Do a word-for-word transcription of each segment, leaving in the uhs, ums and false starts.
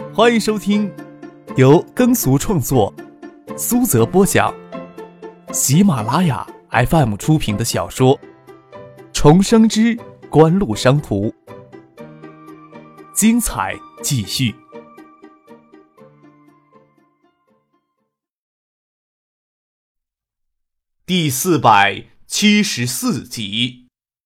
欢迎收听由耕俗创作、苏泽播讲、喜马拉雅 F M 出品的小说《重生之官路商途》，精彩继续。第四百七十四集。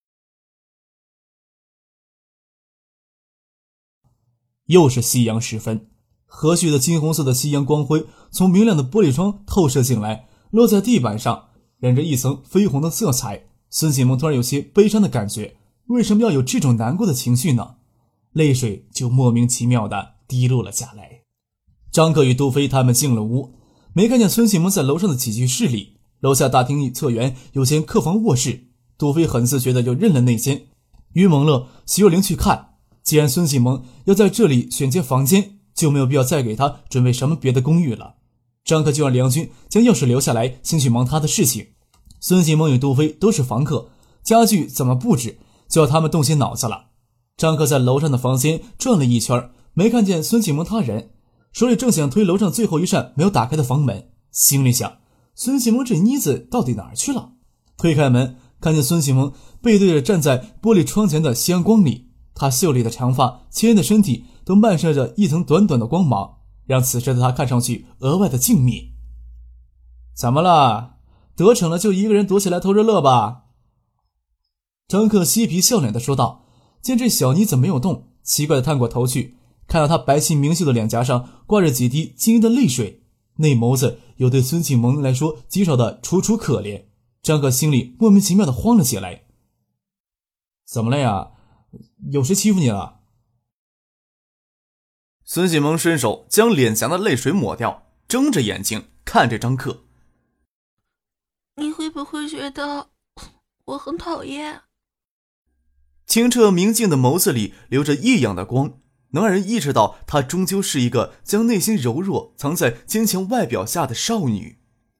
又是夕阳时分，和煦的金红色的夕阳光辉从明亮的玻璃窗透射进来，落在地板上，染着一层绯红的色彩。孙启蒙突然有些悲伤的感觉，为什么要有这种难过的情绪呢？泪水就莫名其妙地滴落了下来。张克与杜飞他们进了屋，没看见孙启蒙在楼上的起居室里，楼下大厅侧园有间客房卧室，杜飞很自觉地就认了那间。于蒙乐、徐若琳去看，既然孙启蒙要在这里选间房间，就没有必要再给他准备什么别的公寓了。张克就让梁军将钥匙留下来，先去忙他的事情。孙启蒙与杜飞都是房客，家具怎么布置就要他们动些脑子了。张克在楼上的房间转了一圈，没看见孙启蒙他人，手里正想推楼上最后一扇没有打开的房门，心里想，孙启蒙这妮子到底哪儿去了？推开门，看见孙启蒙背对着站在玻璃窗前的夕阳光里，他秀丽的长发、坚韧的身体都漫射着一层短短的光芒，让此时的他看上去额外的静谧。怎么了？得逞了就一个人躲起来偷着乐吧？张克嬉皮笑脸地说道。见这小妮子没有动，奇怪地探过头去，看到她白皙明秀的脸颊上挂着几滴晶莹的泪水，那眸子有对孙启蒙来说极少的楚楚可怜。张克心里莫名其妙地慌了起来。怎么了呀？有谁欺负你了？孙启蒙伸手将脸颊的泪水抹掉，睁着眼睛看着张克。 你会不会觉得我很讨厌？ 清澈明净的眸子里流着异样的光，能让人意识到她终究是一个将内心柔弱藏在坚强外表下的少女。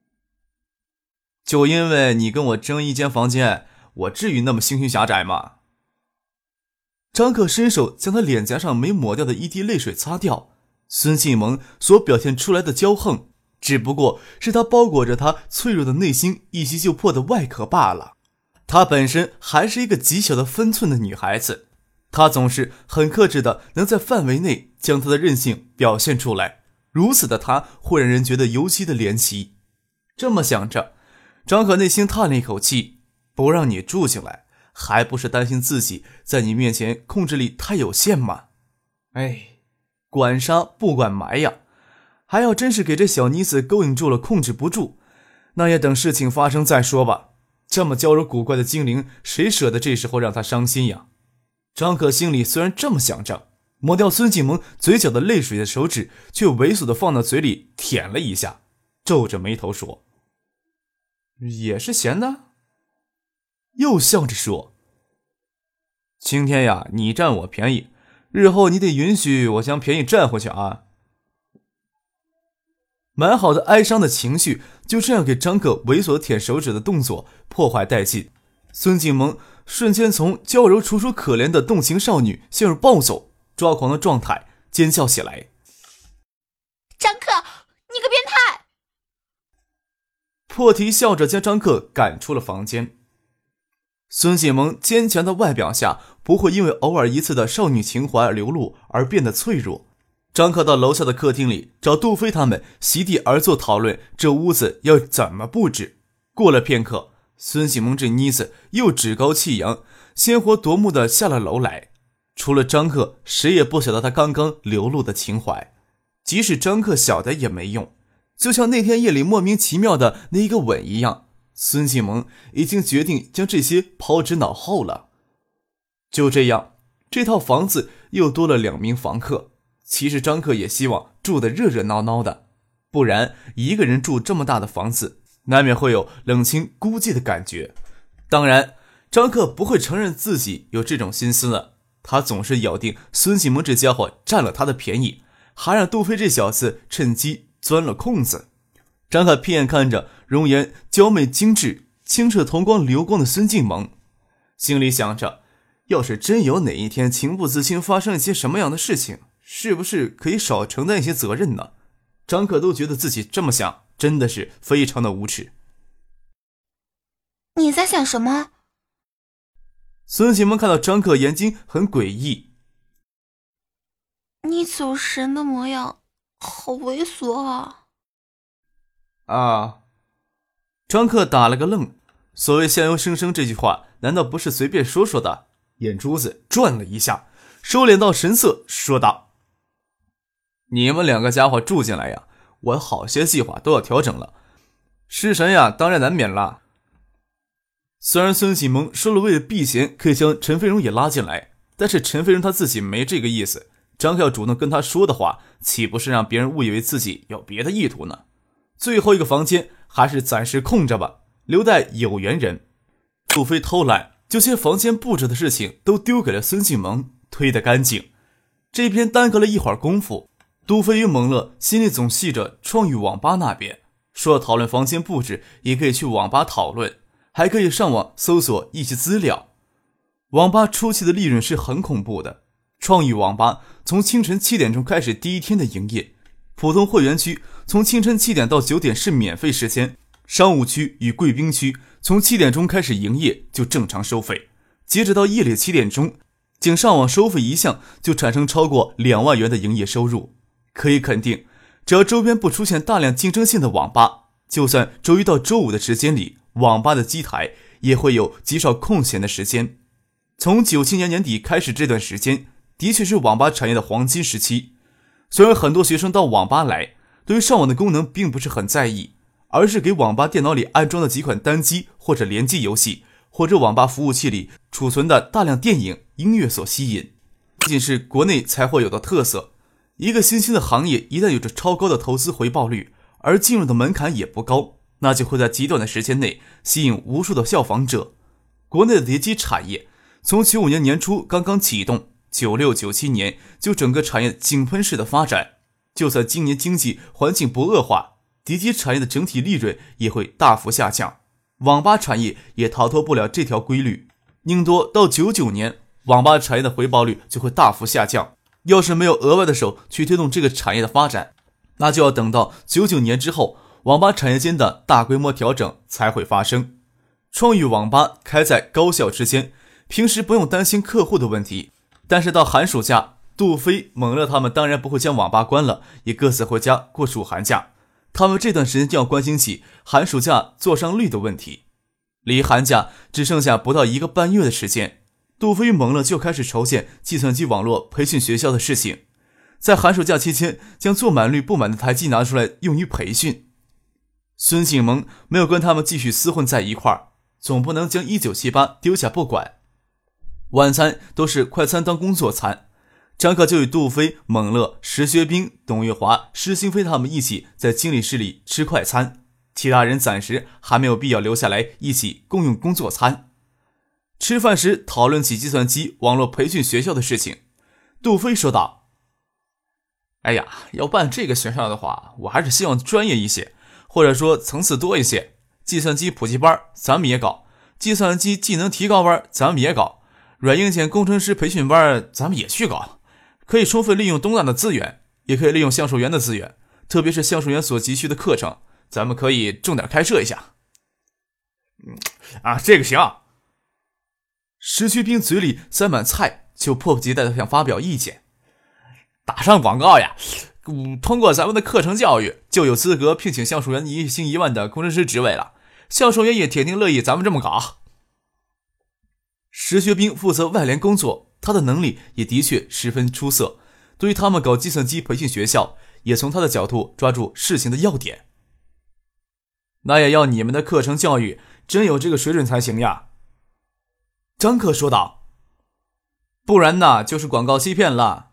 就因为你跟我争一间房间，我至于那么心胸狭窄吗？张克伸手将他脸颊上没抹掉的一滴泪水擦掉。孙启蒙所表现出来的骄横，只不过是他包裹着他脆弱的内心一袭就破的外壳罢了。她本身还是一个极小的分寸的女孩子，她总是很克制的能在范围内将她的任性表现出来，如此的她会让人觉得尤其的怜惜。这么想着，张可内心叹了一口气，不让你住进来，还不是担心自己在你面前控制力太有限吗？哎，管杀不管埋呀，还要真是给这小妮子勾引住了控制不住，那也等事情发生再说吧。这么娇柔古怪的精灵，谁舍得这时候让她伤心呀？张可心里虽然这么想着，抹掉孙启蒙嘴角的泪水的手指却猥琐地放到嘴里舔了一下，皱着眉头说，也是闲的。又笑着说，今天呀，你占我便宜，日后你得允许我将便宜占回去啊。满好的哀伤的情绪就这样给张克猥琐舔手指的动作破坏殆尽。孙启蒙瞬间从娇柔楚楚可怜的动情少女陷入暴走抓狂的状态，尖叫起来。 张克，你个变态！ 破涕笑着将张克赶出了房间。孙启蒙坚强的外表下不会因为偶尔一次的少女情怀流露而变得脆弱。张克到楼下的客厅里找杜飞他们席地而坐，讨论这屋子要怎么布置。过了片刻，孙启蒙这妮子又趾高气扬鲜活夺目的下了楼来。除了张克，谁也不晓得他刚刚流露的情怀，即使张克晓得也没用。就像那天夜里莫名其妙的那一个吻一样，孙启蒙已经决定将这些抛之脑后了。就这样，这套房子又多了两名房客。其实张克也希望住得热热闹闹的，不然一个人住这么大的房子，难免会有冷清孤寂的感觉。当然，张克不会承认自己有这种心思的，他总是咬定孙启蒙这家伙占了他的便宜，还让杜飞这小子趁机钻了空子。张可屁眼看着容颜娇媚精致、清澈瞳光流光的孙静萌，心里想着，要是真有哪一天情不自禁发生一些什么样的事情， 是不是可以少承担一些责任呢？张克都觉得自己这么想真的是非常的无耻。 你在想什么？ 孙启蒙看到张克眼睛很诡异。 你走神的模样好猥琐啊。 啊！张克打了个愣，所谓相由心生这句话难道不是随便说说的？眼珠子转了一下，收敛到神色，说道：你们两个家伙住进来呀，我好些计划都要调整了，失神呀当然难免了。虽然孙启蒙说了为了避嫌可以将陈飞荣也拉进来，但是陈飞荣他自己没这个意思，张克要主动跟他说的话，岂不是让别人误以为自己有别的意图呢？最后一个房间还是暂时空着吧，留待有缘人。杜飞偷懒，就些房间布置的事情都丢给了孙启蒙，推得干净。这边耽搁了一会儿功夫，杜飞与蒙乐心里总系着创意网吧那边，说要讨论房间布置也可以去网吧讨论，还可以上网搜索一些资料。网吧初期的利润是很恐怖的，创意网吧从清晨七点钟开始第一天的营业，普通会员区从清晨七点到九点是免费时间，商务区与贵宾区从七点钟开始营业就正常收费，截止到夜里七点钟，仅上网收费一项就产生超过两万元的营业收入。可以肯定，只要周边不出现大量竞争性的网吧，就算周一到周五的时间里，网吧的机台也会有极少空闲的时间。从九七年年底开始，这段时间的确是网吧产业的黄金时期。虽然很多学生到网吧来，对于上网的功能并不是很在意，而是给网吧电脑里安装的几款单机或者联机游戏，或者网吧服务器里储存的大量电影、音乐所吸引。仅仅是国内才会有的特色。一个新兴的行业一旦有着超高的投资回报率，而进入的门槛也不高，那就会在极短的时间内吸引无数的效仿者。国内的碟机产业从九五年年初刚刚启动，九六九七年就整个产业井喷式的发展。就算今年经济环境不恶化，碟机产业的整体利润也会大幅下降，网吧产业也逃脱不了这条规律。宁多到九九年，网吧产业的回报率就会大幅下降。要是没有额外的手去推动这个产业的发展，那就要等到九九年之后，网吧产业间的大规模调整才会发生。创意网吧开在高校之间，平时不用担心客户的问题，但是到寒暑假，杜飞、蒙乐他们当然不会将网吧关了，也各自回家过暑寒假。他们这段时间就要关心起寒暑假坐上率的问题。离寒假只剩下不到一个半月的时间，杜飞与蒙乐就开始筹建计算机网络培训学校的事情，在寒暑假期间将坐满率不满的台机拿出来用于培训。孙启蒙没有跟他们继续厮混在一块儿，总不能将一九七八丢下不管。晚餐都是快餐当工作餐，张克就与杜飞、蒙乐、石学兵、董月华、施兴飞他们一起在经理室里吃快餐，其他人暂时还没有必要留下来一起共用工作餐。吃饭时讨论起计算机网络培训学校的事情，杜飞说道：哎呀，要办这个学校的话，我还是希望专业一些，或者说层次多一些。计算机普及班咱们也搞，计算机技能提高班咱们也搞，软硬件工程师培训班咱们也去搞，可以充分利用东大的资源，也可以利用橡树园的资源，特别是橡树园所急需的课程，咱们可以重点开设一下。嗯啊，这个行。石学兵嘴里塞满菜，就迫不及待地想发表意见。打上广告呀！嗯，通过咱们的课程教育，就有资格聘请橡树园一星一万的工程师职位了。橡树园也铁定乐意咱们这么搞。石学兵负责外联工作，他的能力也的确十分出色。对于他们搞计算机培训学校，也从他的角度抓住事情的要点。那也要你们的课程教育真有这个水准才行呀。张克说道，不然呢就是广告欺骗了。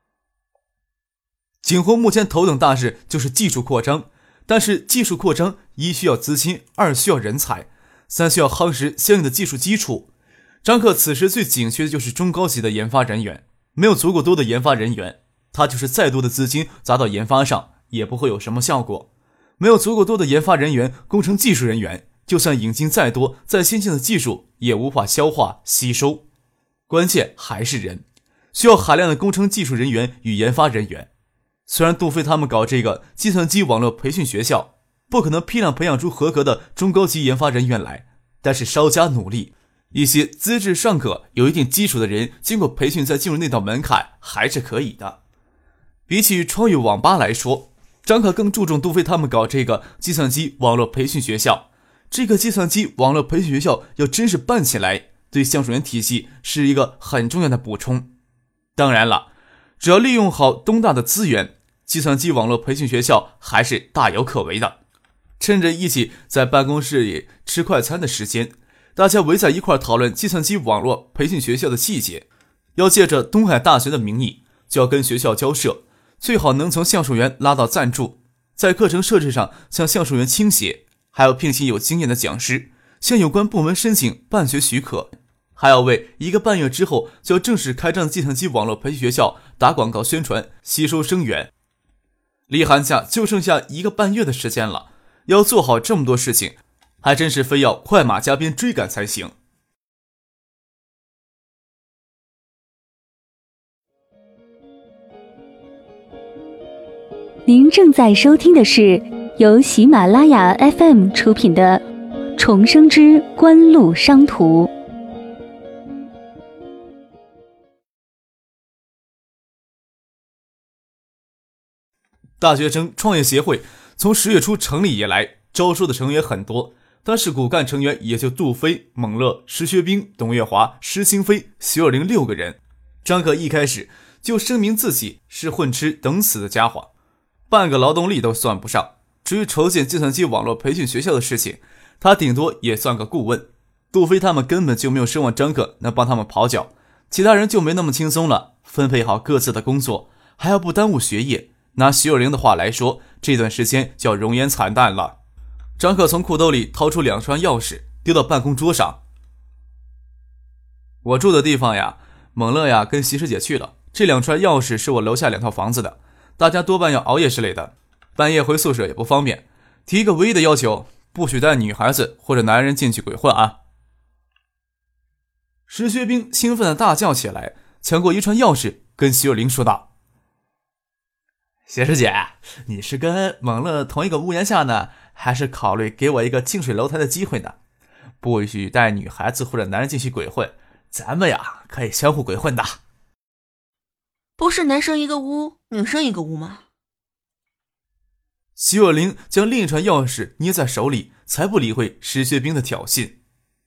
景洪目前头等大事就是技术扩张，但是技术扩张一需要资金，二需要人才，三需要夯实相应的技术基础。张克此时最紧缺的就是中高级的研发人员，没有足够多的研发人员，他就是再多的资金砸到研发上也不会有什么效果。没有足够多的研发人员、工程技术人员，就算引进再多再先进的技术也无法消化吸收，关键还是人。 需要海量的工程技术人员与研发人员。虽然杜飞他们搞这个计算机网络培训学校，不可能批量培养出合格的中高级研发人员来，但是稍加努力，一些资质尚可、有一定基础的人，经过培训再进入那道门槛还是可以的。比起创业网吧来说，张可更注重杜飞他们搞这个计算机网络培训学校。这个计算机网络培训学校要真是办起来，对橡树园体系是一个很重要的补充。当然了，只要利用好东大的资源，计算机网络培训学校还是大有可为的。趁着一起在办公室里吃快餐的时间，大家围在一块讨论计算机网络培训学校的细节。要借着东海大学的名义，就要跟学校交涉，最好能从橡树园拉到赞助，在课程设置上向橡树园倾斜，还要聘请有经验的讲师，向有关部门申请办学许可，还要为一个半月之后就要正式开张的计算机网络培训学校打广告宣传，吸收生源。离寒假就剩下一个半月的时间了，要做好这么多事情，还真是非要快马加鞭追赶才行。 您正在收听的是由喜马拉雅 F M 出品的《重生之官路商途》。 大学生创业协会从十月初成立以来，招收的成员很多，但是骨干成员也就杜飞、蒙乐、石学兵、董月华、施清飞、徐若琳六个人。张可一开始就声明自己是混吃等死的家伙，半个劳动力都算不上。至于筹建计算机网络培训学校的事情，他顶多也算个顾问。杜飞他们根本就没有奢望张可能帮他们跑脚，其他人就没那么轻松了，分配好各自的工作，还要不耽误学业。拿徐若琳的话来说，这段时间就要容颜惨淡了。张可从裤兜里掏出两串钥匙，丢到办公桌上。我住的地方呀，蒙乐呀跟席师姐去了，这两串钥匙是我楼下两套房子的，大家多半要熬夜之类的，半夜回宿舍也不方便。提一个唯一的要求，不许带女孩子或者男人进去鬼混啊。石学兵兴奋地大叫起来，抢过一串钥匙，跟徐若琳说道：谢师姐，你是跟蒙乐同一个屋檐下呢，还是考虑给我一个近水楼台的机会呢？不许带女孩子或者男人进去鬼混，咱们呀可以相互鬼混的。 不是男生一个屋，女生一个屋吗？ 徐若琳将另一串钥匙捏在手里，才不理会石学兵的挑衅。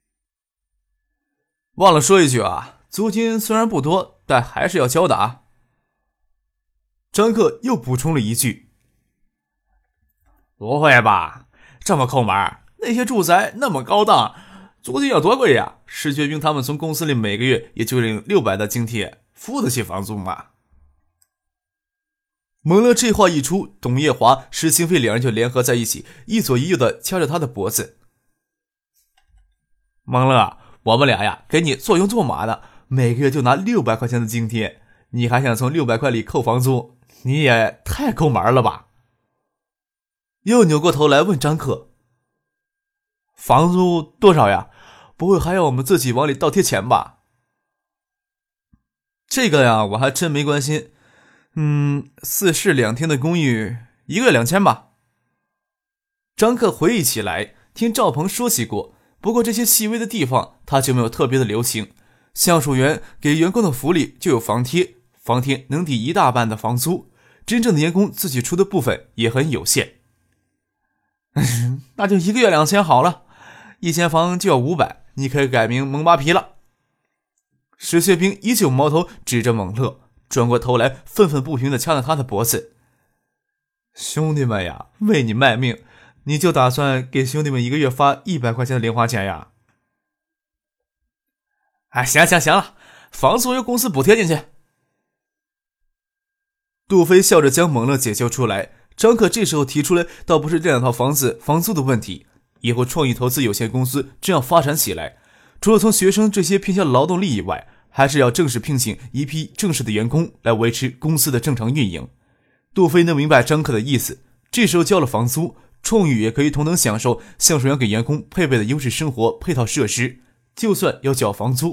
忘了说一句啊，租金虽然不多，但还是要交的啊。张克又补充了一句：不会吧，这么抠门，那些住宅那么高档，租金要多贵呀？石学兵他们从公司里每个月也就领六百的津贴，付得起房租吗？蒙乐这话一出，董叶华、石清飞两人就联合在一起，一左一右的掐着他的脖子。蒙乐，我们俩呀给你做牛做马的，每个月就拿六百块钱的津贴，你还想从六百块里扣房租？你也太抠门了吧。又扭过头来问张克：房租多少呀？不会还要我们自己往里倒贴钱吧？这个呀我还真没关心。嗯，四室两厅的公寓，一个月两千吧。张克回忆起来，听赵鹏说起过，不过这些细微的地方他就没有特别的留情。橡树园给员工的福利就有房贴，房贴能抵一大半的房租，真正的员工自己出的部分也很有限。那就一个月两千好了，一间房就要五百，你可以改名蒙巴皮了。石学兵依旧矛头指着蒙乐，转过头来愤愤不平地掐着他的脖子。兄弟们呀，为你卖命，你就打算给兄弟们一个月发一百块钱的零花钱呀？哎，行行行了，房租由公司补贴进去。杜飞笑着将蒙乐解救出来。张可这时候提出来，倒不是这两套房子房租的问题，以后创意投资有限公司这样发展起来，除了从学生这些偏向劳动力以外，还是要正式聘请一批正式的员工来维持公司的正常运营。杜飞能明白张可的意思，这时候交了房租，创意也可以同等享受橡树园给员工配备的优质生活配套设施。就算要缴房租，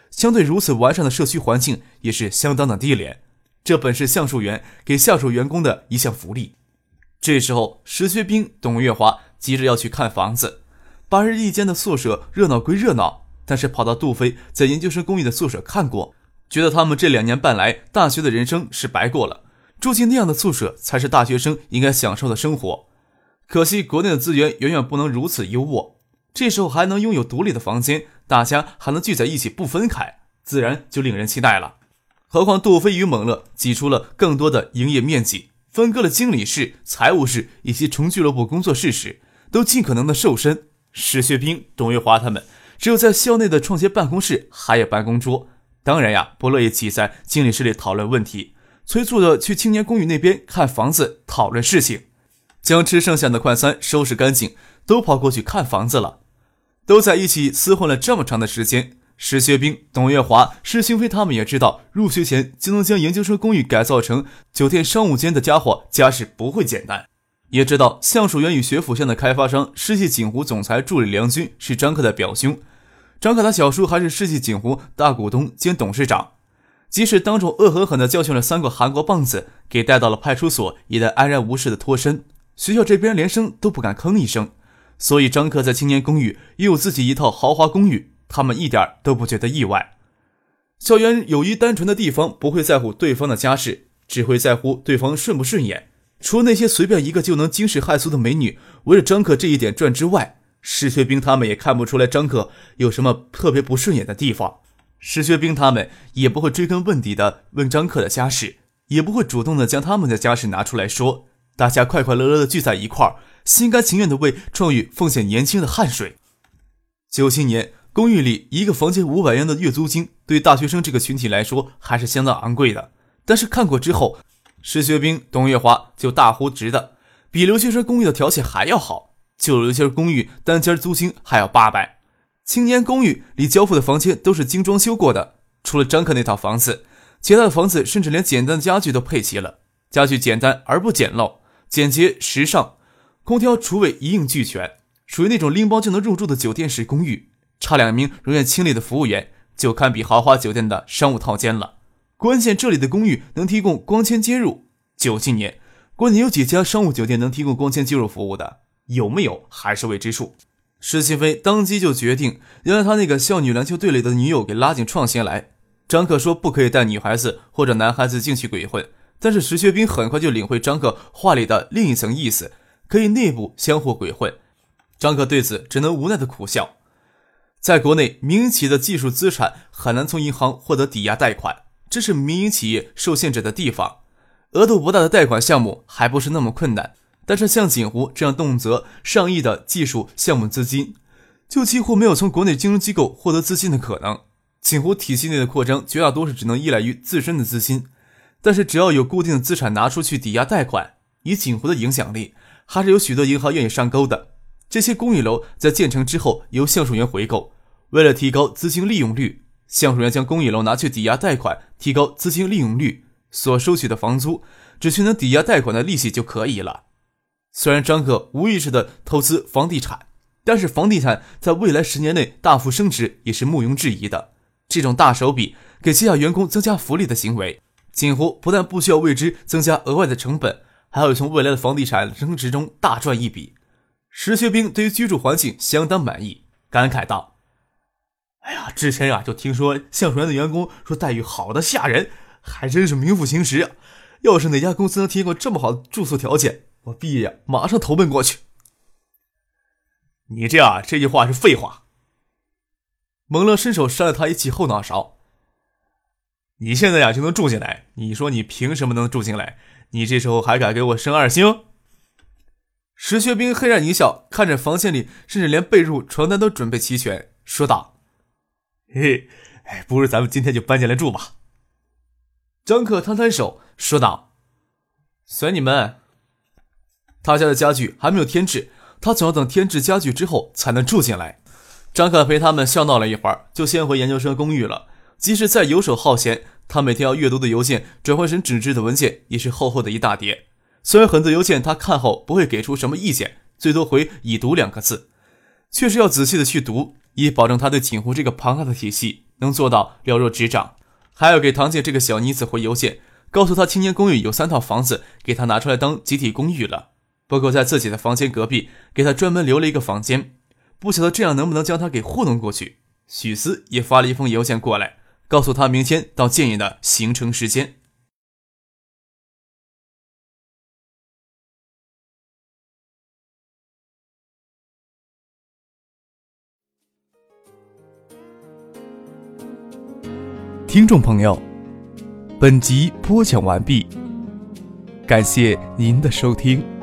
相对如此完善的社区环境也是相当的低廉，这本是橡树园给下属员工的一项福利。这时候石学兵、董月华急着要去看房子。八日一间的宿舍热闹归热闹，但是跑到杜飞在研究生公寓的宿舍看过，觉得他们这两年半来大学的人生是白过了，住进那样的宿舍才是大学生应该享受的生活。可惜国内的资源远远不能如此优渥，这时候还能拥有独立的房间，大家还能聚在一起不分开，自然就令人期待了。何况杜飞与蒙乐挤出了更多的营业面积，分割了经理室、财务室以及虫俱乐部工作室时，都尽可能的瘦身。石学兵、董月华他们只有在校内的创协办公室还有办公桌，当然呀，不乐意挤在经理室里讨论问题，催促着去青年公寓那边看房子讨论事情，将吃剩下的快餐收拾干净，都跑过去看房子了。都在一起厮混了这么长的时间，石学兵、董月华、施兴飞他们也知道，入学前就能将研究生公寓改造成酒店商务间的家伙家事不会简单，也知道橡树园与学府县的开发商世纪锦湖总裁助理梁军是张克的表兄，张克他小叔还是世纪锦湖大股东兼董事长，即使当众恶狠狠地教训了三个韩国棒子，给带到了派出所，也得安然无事的脱身，学校这边连声都不敢吭一声。所以张克在青年公寓也有自己一套豪华公寓，他们一点都不觉得意外。校园友谊单纯的地方不会在乎对方的家世，只会在乎对方顺不顺眼。除了那些随便一个就能惊世骇俗的美女围着张克这一点转之外，石学兵他们也看不出来张克有什么特别不顺眼的地方。石学兵他们也不会追根问底的问张克的家世，也不会主动的将他们的家世拿出来说，大家快快乐乐的聚在一块儿，心甘情愿的为创宇奉献年轻的汗水。九七年公寓里一个房间五百元的月租金，对大学生这个群体来说还是相当昂贵的，但是看过之后，石学兵、董月华就大呼值的，比留学生公寓的条件还要好，就留学生公寓单间租金还要八百。青年公寓里交付的房间都是精装修过的，除了张克那套房子，其他的房子甚至连简单的家具都配齐了，家具简单而不简陋，简洁时尚，空调厨卫一应俱全，属于那种拎包就能入住的酒店式公寓，差两名人员清理的服务员就堪比豪华酒店的商务套间了。关键这里的公寓能提供光纤接入，九七年关键有几家商务酒店能提供光纤接入服务的，有没有还是未知数。施新飞当即就决定要让他那个校女篮球队里的女友给拉进创协来。张克说不可以带女孩子或者男孩子进去鬼混，但是石学兵很快就领会张克话里的另一层意思，可以内部相互鬼混。张克对此只能无奈的苦笑。在国内，民营企业的技术资产很难从银行获得抵押贷款，这是民营企业受限制的地方，额度不大的贷款项目还不是那么困难，但是像锦湖这样动辄上亿的技术项目资金，就几乎没有从国内金融机构获得资金的可能。锦湖体系内的扩张绝大多数只能依赖于自身的资金，但是只要有固定的资产拿出去抵押贷款，以锦湖的影响力，还是有许多银行愿意上钩的。这些公寓楼在建成之后由橡树园回购，为了提高资金利用率，橡树园将公寓楼拿去抵押贷款，提高资金利用率，所收取的房租只需能抵押贷款的利息就可以了。虽然张克无意识地投资房地产，但是房地产在未来十年内大幅升值也是毋庸置疑的。这种大手笔给旗下员工增加福利的行为，锦湖不但不需要为之增加额外的成本，还会从未来的房地产升值中大赚一笔。石学兵对于居住环境相当满意，感慨道：哎呀，之前啊就听说橡树园的员工说待遇好的吓人，还真是名副其实啊！要是哪家公司能提供这么好的住宿条件，我毕业呀马上投奔过去。你这样这句话是废话。蒙乐伸手扇了他一记后脑勺。你现在呀就能住进来，你说你凭什么能住进来？你这时候还敢给我生二星？石学兵黑然一笑，看着房间里甚至连被褥床单都准备齐全，说道：嘿嘿，哎，不如咱们今天就搬进来住吧。张克摊摊手说道：随你们。他家的家具还没有添置，他总要等添置家具之后才能住进来。张克陪他们笑闹了一会儿，就先回研究生公寓了。即使再游手好闲，他每天要阅读的邮件转换成纸质的文件也是厚厚的一大叠。虽然很多邮件他看后不会给出什么意见，最多回已读两个字，确实要仔细的去读，以保证他对锦湖这个庞大的体系能做到了若指掌。还要给唐静这个小妮子回邮件，告诉她青年公寓有三套房子，给她拿出来当集体公寓了。不过在自己的房间隔壁给她专门留了一个房间，不晓得这样能不能将她给糊弄过去。许思也发了一封邮件过来，告诉她明天到建业的行程时间。听众朋友，本集播讲完毕，感谢您的收听。